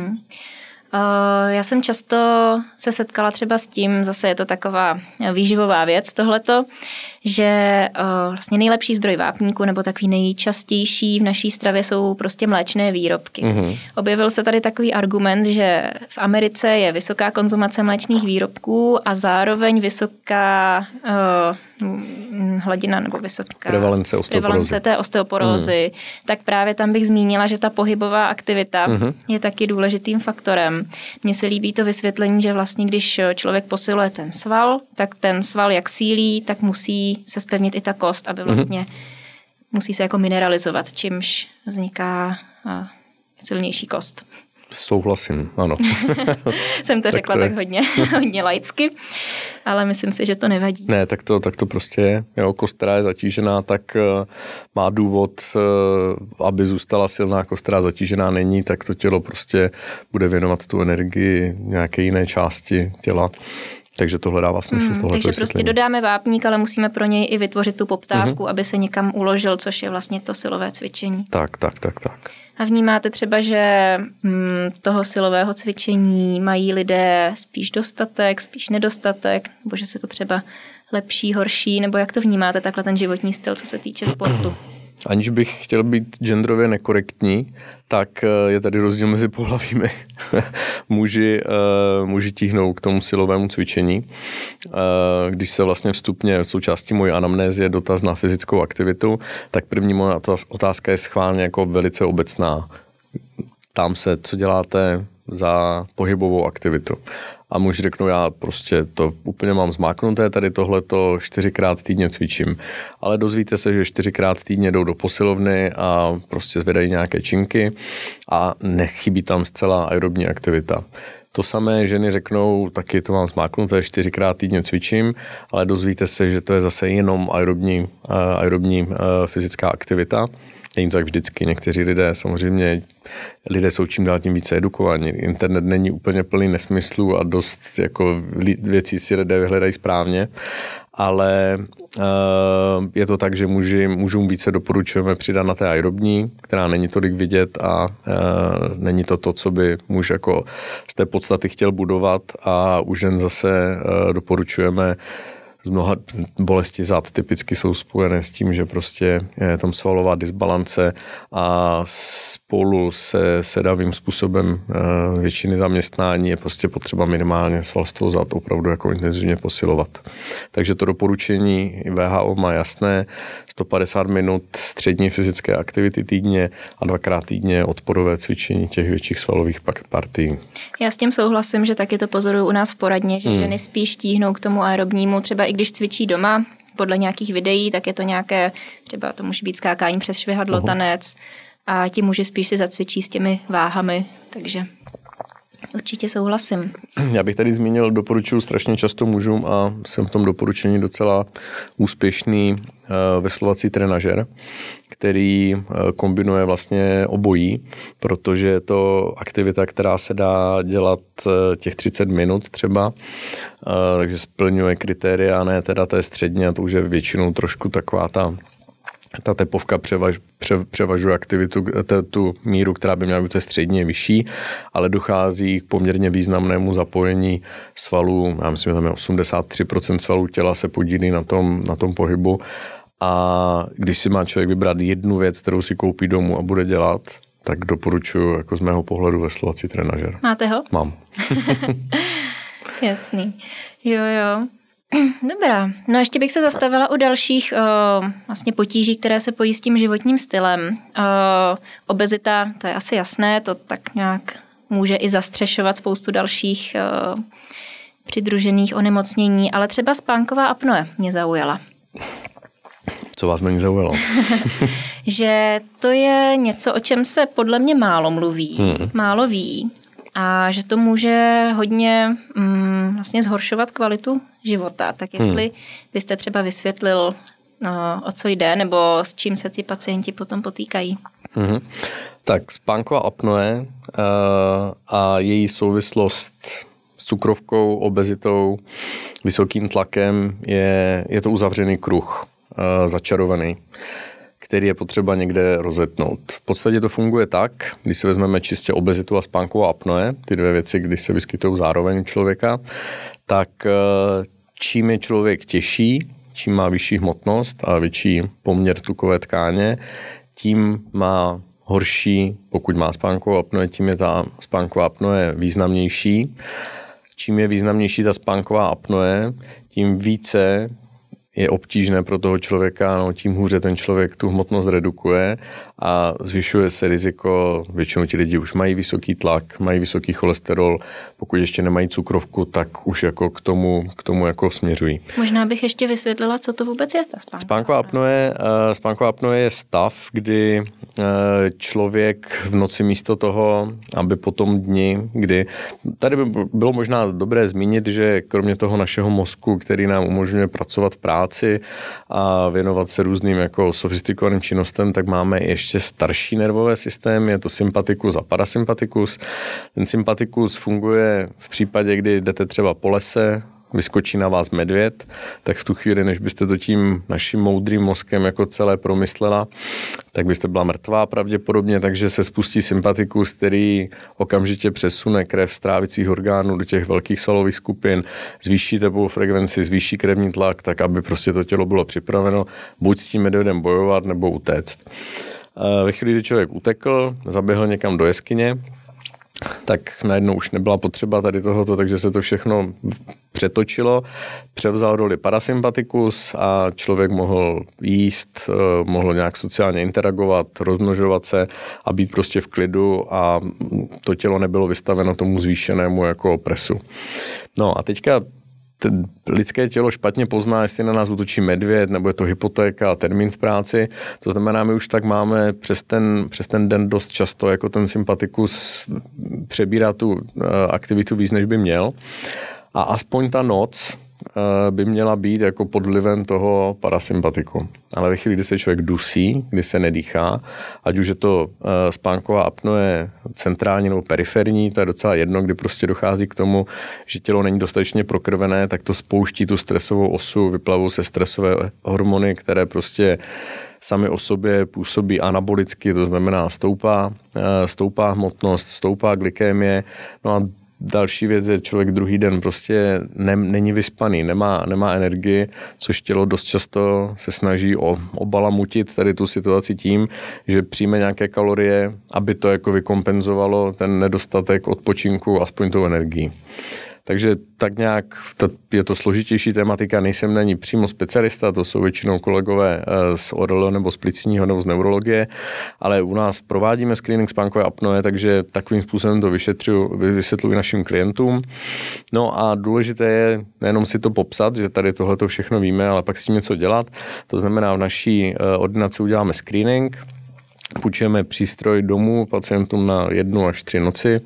Já jsem často se setkala třeba s tím, zase je to taková výživová věc tohleto, že vlastně nejlepší zdroj vápníku nebo takový nejčastější v naší stravě jsou prostě mléčné výrobky. Objevil se tady takový argument, že v Americe je vysoká konzumace mléčných výrobků a zároveň vysoká hladina nebo vysoká prevalence té osteoporózy, tak právě tam bych zmínila, že ta pohybová aktivita je taky důležitým faktorem. Mně se líbí to vysvětlení, že vlastně když člověk posiluje ten sval, tak ten sval jak sílí, tak musí se zpevnit i ta kost, aby vlastně musí se jako mineralizovat, čímž vzniká silnější kost. Souhlasím, ano. Jsem to řekla tak hodně laicky, ale myslím si, že to nevadí. Ne, tak to prostě je. Jo, kost, která je zatížená, tak má důvod, aby zůstala silná. Kost, která zatížená není, tak to tělo prostě bude věnovat tu energii nějaké jiné části těla. Takže tohle dává smysl. Takže prostě dodáme vápník, ale musíme pro něj i vytvořit tu poptávku, aby se někam uložil, což je vlastně to silové cvičení. Tak. A vnímáte třeba, že toho silového cvičení mají lidé spíš dostatek, spíš nedostatek, nebo že se to třeba lepší, horší, nebo jak to vnímáte takhle ten životní styl, co se týče sportu? Aniž bych chtěl být genderově nekorektní, tak je tady rozdíl mezi pohlavími. Muži tíhnou k tomu silovému cvičení. Když se vlastně vstupně v součástí mojí anamnézy je dotaz na fyzickou aktivitu, tak první moje otázka je schválně jako velice obecná. Ptám se, co děláte za pohybovou aktivitu. A muži řeknou, já prostě to úplně mám zmáknuté, tady tohleto 4x týdně cvičím. Ale dozvíte se, že 4x týdně jdou do posilovny a prostě zvedají nějaké činky a nechybí tam zcela aerobní aktivita. To samé ženy řeknou, taky to mám zmáknuté, 4x týdně cvičím, ale dozvíte se, že to je zase jenom aerobní fyzická aktivita. Není to tak vždycky. Někteří lidé jsou čím dál tím více edukovaní. Internet není úplně plný nesmyslů a dost jako věcí si lidé vyhledají správně, ale je to tak, že mužům více doporučujeme přidat na té aerobní, která není tolik vidět a není to, co by muž jako z té podstaty chtěl budovat, a u žen zase doporučujeme z mnoha bolesti zad typicky jsou spojené s tím, že prostě je tam svalová dysbalance a spolu se sedavým způsobem většiny zaměstnání je prostě potřeba minimálně svalstvo zad opravdu jako intenzivně posilovat. Takže to doporučení WHO má jasné, 150 minut střední fyzické aktivity týdně a 2x týdně odporové cvičení těch větších svalových partií. Já s tím souhlasím, že taky to pozoruju u nás v poradně, že ženy spíš tíhnou k tomu aerobnímu, třeba i když cvičí doma, podle nějakých videí, tak je to nějaké, třeba to může být skákání přes švihadlo, tanec, a ti muži spíš si zacvičí s těmi váhami, takže určitě souhlasím. Já bych tady zmínil, doporučuji strašně často mužům a jsem v tom doporučení docela úspěšný veslovací trenažer, který kombinuje vlastně obojí, protože je to aktivita, která se dá dělat těch 30 minut třeba, takže splňuje kritéria, ne teda té střední, a to už je většinou trošku taková ta tepovka převažuje aktivitu, tu míru, která by měla být středně vyšší, ale dochází k poměrně významnému zapojení svalů. Já myslím, že tam je 83% svalů těla se podílí na tom pohybu. A když si má člověk vybrat jednu věc, kterou si koupí domů a bude dělat, tak doporučuji jako z mého pohledu veslovací trenažer. Máte ho? Mám. Jasný. Jo. Dobrá. No ještě bych se zastavila u dalších vlastně potíží, které se pojí s tím životním stylem. Obezita, to je asi jasné, to tak nějak může i zastřešovat spoustu dalších přidružených onemocnění, ale třeba spánková apnoe mě zaujala. Co vás na ní zaujalo? Že to je něco, o čem se podle mě málo mluví, málo ví. A že to může hodně vlastně zhoršovat kvalitu života. Tak jestli byste třeba vysvětlil, o co jde, nebo s čím se ty pacienti potom potýkají. Tak spánková apnoe a její souvislost s cukrovkou, obezitou, vysokým tlakem je to uzavřený kruh, začarovaný, který je potřeba někde rozetnout. V podstatě to funguje tak, když si vezmeme čistě obezitu a spánkovou apnoe, ty dvě věci, když se vyskytují zároveň u člověka, tak čím je člověk těžší, čím má vyšší hmotnost a větší poměr tukové tkáně, tím má horší, pokud má spánkovou apnoe, tím je ta spánková apnoe významnější. Čím je významnější ta spánková apnoe, tím více je obtížné pro toho člověka, no tím hůře ten člověk tu hmotnost redukuje a zvyšuje se riziko, většinou ti lidi už mají vysoký tlak, mají vysoký cholesterol, pokud ještě nemají cukrovku, tak už jako k tomu jako směřují. Možná bych ještě vysvětlila, co to vůbec je ta Spánková apnoe je stav, kdy člověk v noci místo toho, aby po tom dni, kdy tady by bylo možná dobré zmínit, že kromě toho našeho mozku, který nám umožňuje pracovat v práci a věnovat se různým jako sofistikovaným činnostem, tak máme ještě starší nervové systém, je to sympatikus a parasympatikus. Ten sympatikus funguje v případě, kdy jdete třeba po lese, vyskočí na vás medvěd, tak v tu chvíli, než byste to tím naším moudrým mozkem jako celé promyslela, tak byste byla mrtvá pravděpodobně, takže se spustí sympatikus, který okamžitě přesune krev z trávicích orgánů do těch velkých svalových skupin, zvýší teplovou frekvenci, zvýší krevní tlak, tak aby prostě to tělo bylo připraveno buď s tím medvědem bojovat nebo utéct. Ve chvíli, kdy člověk utekl, zaběhl někam do jeskyně, tak najednou už nebyla potřeba tady tohoto, takže se to všechno přetočilo, převzal roli parasympatikus a člověk mohl jíst, mohl nějak sociálně interagovat, rozmnožovat se a být prostě v klidu a to tělo nebylo vystaveno tomu zvýšenému jako presu. No a teďka lidské tělo špatně pozná, jestli na nás útočí medvěd, nebo je to hypotéka a termín v práci. To znamená, my už tak máme přes ten den dost často, jako ten sympatikus přebírá tu aktivitu víc, než by měl. A aspoň ta noc by měla být jako pod vlivem toho parasympatiku. Ale ve chvíli, kdy se člověk dusí, kdy se nedýchá, ať už je to spánková apnoe centrální nebo periferní, to je docela jedno, kdy prostě dochází k tomu, že tělo není dostatečně prokrvené, tak to spouští tu stresovou osu, vyplavou se stresové hormony, které prostě sami o sobě působí anabolicky, to znamená stoupá hmotnost, stoupá glykémie, no a další věc je, člověk druhý den prostě není vyspaný, nemá energii, což tělo dost často se snaží obalamutit tady tu situaci tím, že přijme nějaké kalorie, aby to jako vykompenzovalo ten nedostatek odpočinku aspoň tou energií. Takže tak nějak je to složitější tematika, nejsem na ní přímo specialista, to jsou většinou kolegové z ORL nebo z plicního nebo z neurologie, ale u nás provádíme screening spánkové apnoe, takže takovým způsobem to vysvětluji našim klientům. No a důležité je nejenom si to popsat, že tady tohleto všechno víme, ale pak s tím něco dělat. To znamená, v naší ordinaci uděláme screening, půjčujeme přístroj domů pacientům na 1 až 3 noci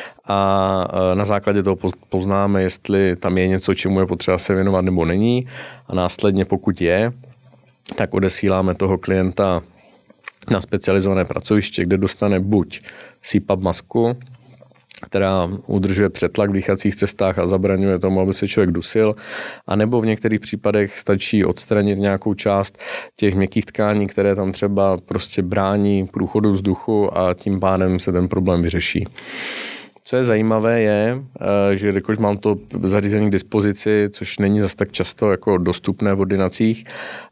a na základě toho poznáme, jestli tam je něco, čemu je potřeba se věnovat nebo není a následně pokud je, tak odesíláme toho klienta na specializované pracoviště, kde dostane buď CPAP masku, která udržuje přetlak v dýchacích cestách a zabraňuje tomu, aby se člověk dusil, anebo v některých případech stačí odstranit nějakou část těch měkkých tkání, které tam třeba prostě brání průchodu vzduchu a tím pádem se ten problém vyřeší. Co je zajímavé je, že jakož mám to zařízení k dispozici, což není zas tak často jako dostupné v ordinacích.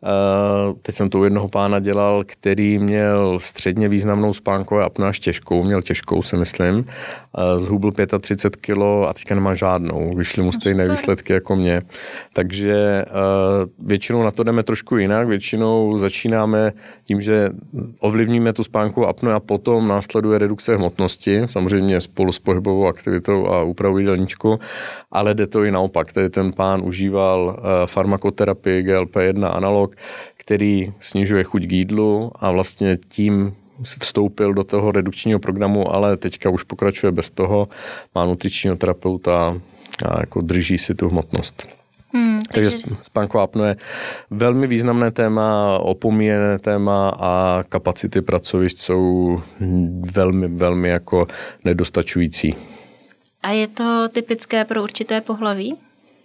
Teď jsem to u jednoho pána dělal, který měl středně významnou spánkovou apnoe, až těžkou, měl těžkou, si myslím. Zhubl 35 kg a teďka nemá žádnou. Vyšly mu stejné výsledky jako mě. Takže většinou na to jdeme trošku jinak. Většinou začínáme tím, že ovlivníme tu spánkovou apnoe a potom následuje redukce hmotnosti, samozřejmě spolu s pohybovou aktivitou a úpravou jídelníčku, ale jde to i naopak. Tady ten pán užíval farmakoterapii GLP-1 analog, který snižuje chuť k jídlu a vlastně tím vstoupil do toho redukčního programu, ale teďka už pokračuje bez toho, má nutričního terapeuta a jako drží si tu hmotnost. Takže spánková apnoe je velmi významné téma, opomíjené téma a kapacity pracovišť jsou velmi, velmi jako nedostačující. A je to typické pro určité pohlaví?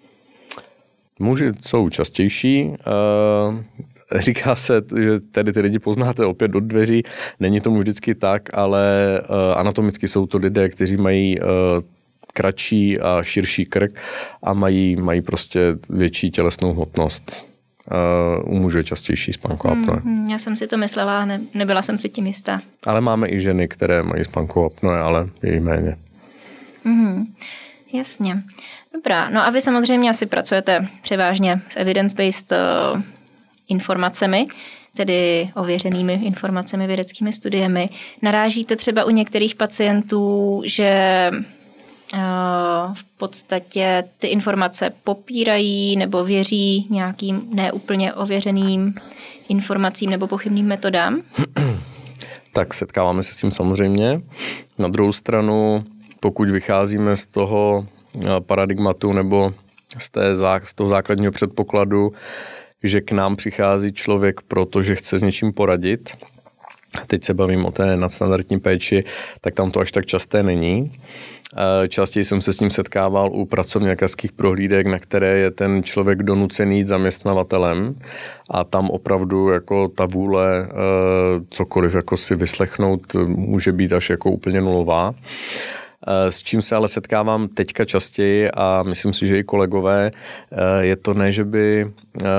Muži jsou častější. Říká se, že tady ty lidi poznáte opět do dveří. Není tomu vždycky tak, ale anatomicky jsou to lidé, kteří mají kratší a širší krk a mají prostě větší tělesnou hmotnost. U mužů je častější spánková apnoe. Já jsem si to myslela, nebyla jsem si tím jistá. Ale máme i ženy, které mají spánkovou apnoe, ale je jí méně. Jasně. Dobrá, no a vy samozřejmě asi pracujete převážně s evidence-based informacemi, tedy ověřenými informacemi, vědeckými studiemi. Narážíte třeba u některých pacientů, že v podstatě ty informace popírají nebo věří nějakým neúplně ověřeným informacím nebo pochybným metodám? Tak setkáváme se s tím samozřejmě. Na druhou stranu, pokud vycházíme z toho paradigmatu nebo z toho základního předpokladu, že k nám přichází člověk, protože chce s něčím poradit, teď se bavím o té nadstandardní péči, tak tam to až tak časté není. Častěji jsem se s ním setkával u pracovně-lékařských prohlídek, na které je ten člověk donucený jít zaměstnavatelem a tam opravdu jako ta vůle cokoliv jako si vyslechnout může být až jako úplně nulová. S čím se ale setkávám teďka častěji a myslím si, že i kolegové, je to ne, že by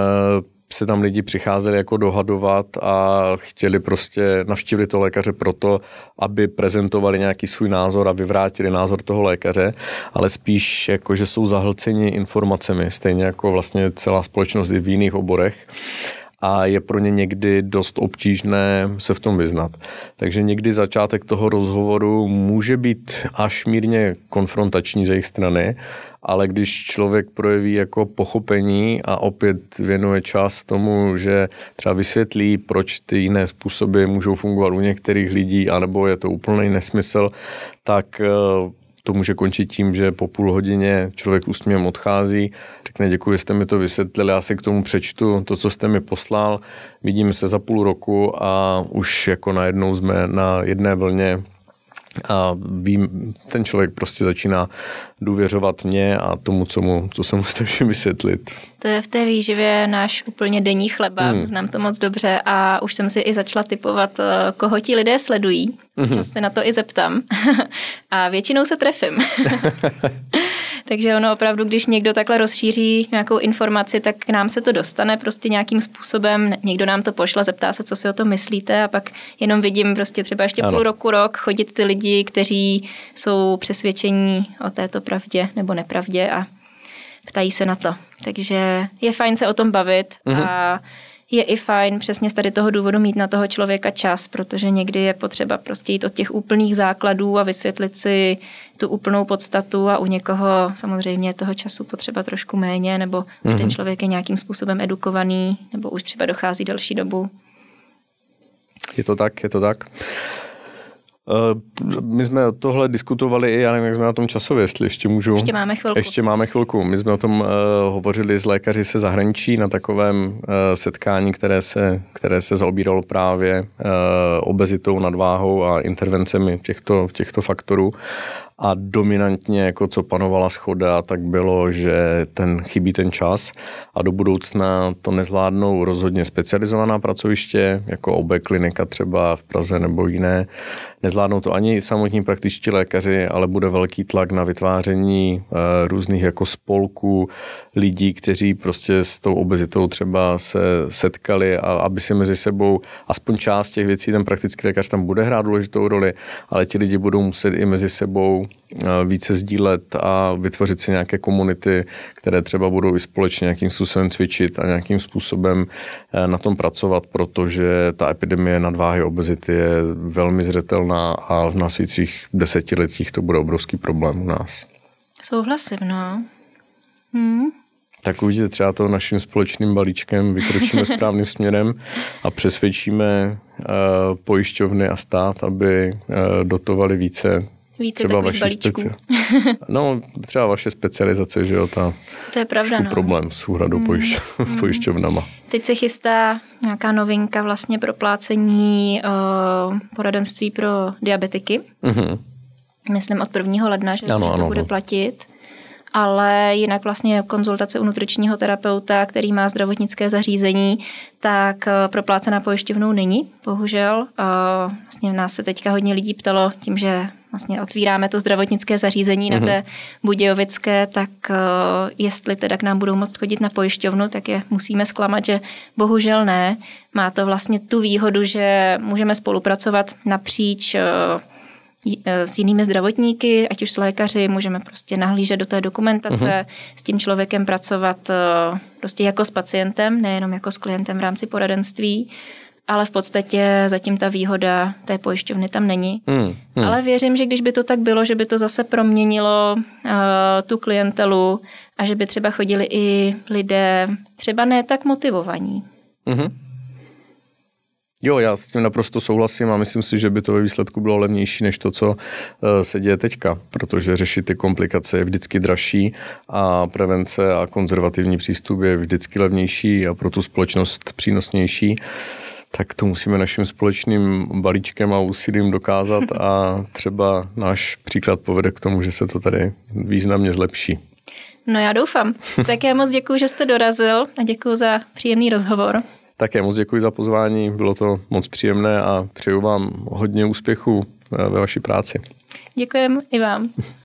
se tam lidi přicházeli jako dohadovat a chtěli prostě navštívit toho lékaře proto, aby prezentovali nějaký svůj názor a vyvrátili názor toho lékaře, ale spíš jako, že jsou zahlceni informacemi, stejně jako vlastně celá společnost i v jiných oborech. A je pro ně někdy dost obtížné se v tom vyznat. Takže někdy začátek toho rozhovoru může být až mírně konfrontační z jejich strany, ale když člověk projeví jako pochopení a opět věnuje čas tomu, že třeba vysvětlí, proč ty jiné způsoby můžou fungovat u některých lidí, anebo je to úplný nesmysl, tak to může končit tím, že po půl hodině člověk úsměvem odchází, řekne děkuji, že jste mi to vysvětlili, já si k tomu přečtu to, co jste mi poslal, vidíme se za půl roku a už jako najednou jsme na jedné vlně a ten člověk prostě začíná důvěřovat mě a tomu, co se mu snažím vysvětlit. To je v té výživě náš úplně denní chleba, znám to moc dobře a už jsem si i začala typovat, koho ti lidé sledují. Čas se na to i zeptám a většinou se trefím. Takže ono opravdu, když někdo takhle rozšíří nějakou informaci, tak k nám se to dostane prostě nějakým způsobem. Někdo nám to pošle, zeptá se, co si o tom myslíte a pak jenom vidím prostě třeba ještě půl roku, rok chodit ty lidi, kteří jsou přesvědčení o této pravdě nebo nepravdě a ptají se na to. Takže je fajn se o tom bavit a je i fajn přesně z tady toho důvodu mít na toho člověka čas, protože někdy je potřeba prostě jít od těch úplných základů a vysvětlit si tu úplnou podstatu a u někoho samozřejmě toho času potřeba trošku méně, nebo už ten člověk je nějakým způsobem edukovaný, nebo už třeba dochází delší dobu. Je to tak. My jsme tohle diskutovali i, já nevím, jak jsme na tom časově, jestli ještě můžu. Ještě máme chvilku. My jsme o tom hovořili s lékaři se zahraničí na takovém setkání, které se zaobíralo právě obezitou, nadváhou a intervencemi těchto faktorů. A dominantně, jako co panovala shoda, tak bylo, že chybí ten čas a do budoucna to nezvládnou rozhodně specializovaná pracoviště, jako OB klinika třeba v Praze nebo jiné. Nezvládnou to ani samotní praktičtí lékaři, ale bude velký tlak na vytváření různých jako spolků lidí, kteří prostě s tou obezitou třeba se setkali a aby si mezi sebou aspoň část těch věcí, ten praktický lékař tam bude hrát důležitou roli, ale ti lidi budou muset i mezi sebou více sdílet a vytvořit si nějaké komunity, které třeba budou i společně nějakým způsobem cvičit a nějakým způsobem na tom pracovat, protože ta epidemie nadváhy obezity je velmi zřetelná a v následujících desetiletích to bude obrovský problém u nás. Souhlasím, no. Tak uvidíte, třeba to naším společným balíčkem vykročíme správným směrem a přesvědčíme pojišťovny a stát, aby dotovali více třeba vaše třeba vaše specializace, že jo, to je pravda, problém s úhradou pojišťovnama. Teď se chystá nějaká novinka vlastně pro plácení poradenství pro diabetiky. Myslím od 1. ledna, že to bude platit. Ale jinak vlastně konzultace u nutričního terapeuta, který má zdravotnické zařízení, tak proplácená pojišťovnou není, bohužel. Vlastně nás se teďka hodně lidí ptalo tím, že vlastně otvíráme to zdravotnické zařízení na té Budějovické, tak jestli teda k nám budou moct chodit na pojišťovnu, tak je musíme zklamat, že bohužel ne. Má to vlastně tu výhodu, že můžeme spolupracovat napříč s jinými zdravotníky, ať už s lékaři, můžeme prostě nahlížet do té dokumentace, s tím člověkem pracovat prostě jako s pacientem, nejenom jako s klientem v rámci poradenství, ale v podstatě zatím ta výhoda té pojišťovny tam není. Ale věřím, že když by to tak bylo, že by to zase proměnilo tu klientelu a že by třeba chodili i lidé třeba ne tak motivovaní. Jo, já s tím naprosto souhlasím a myslím si, že by to ve výsledku bylo levnější než to, co se děje teďka, protože řešit ty komplikace je vždycky dražší a prevence a konzervativní přístup je vždycky levnější a pro tu společnost přínosnější. Tak to musíme naším společným balíčkem a úsilím dokázat a třeba náš příklad povede k tomu, že se to tady významně zlepší. No já doufám. Tak já moc děkuji, že jste dorazil a děkuji za příjemný rozhovor. Také moc děkuji za pozvání, bylo to moc příjemné a přeju vám hodně úspěchů ve vaší práci. Děkujem i vám.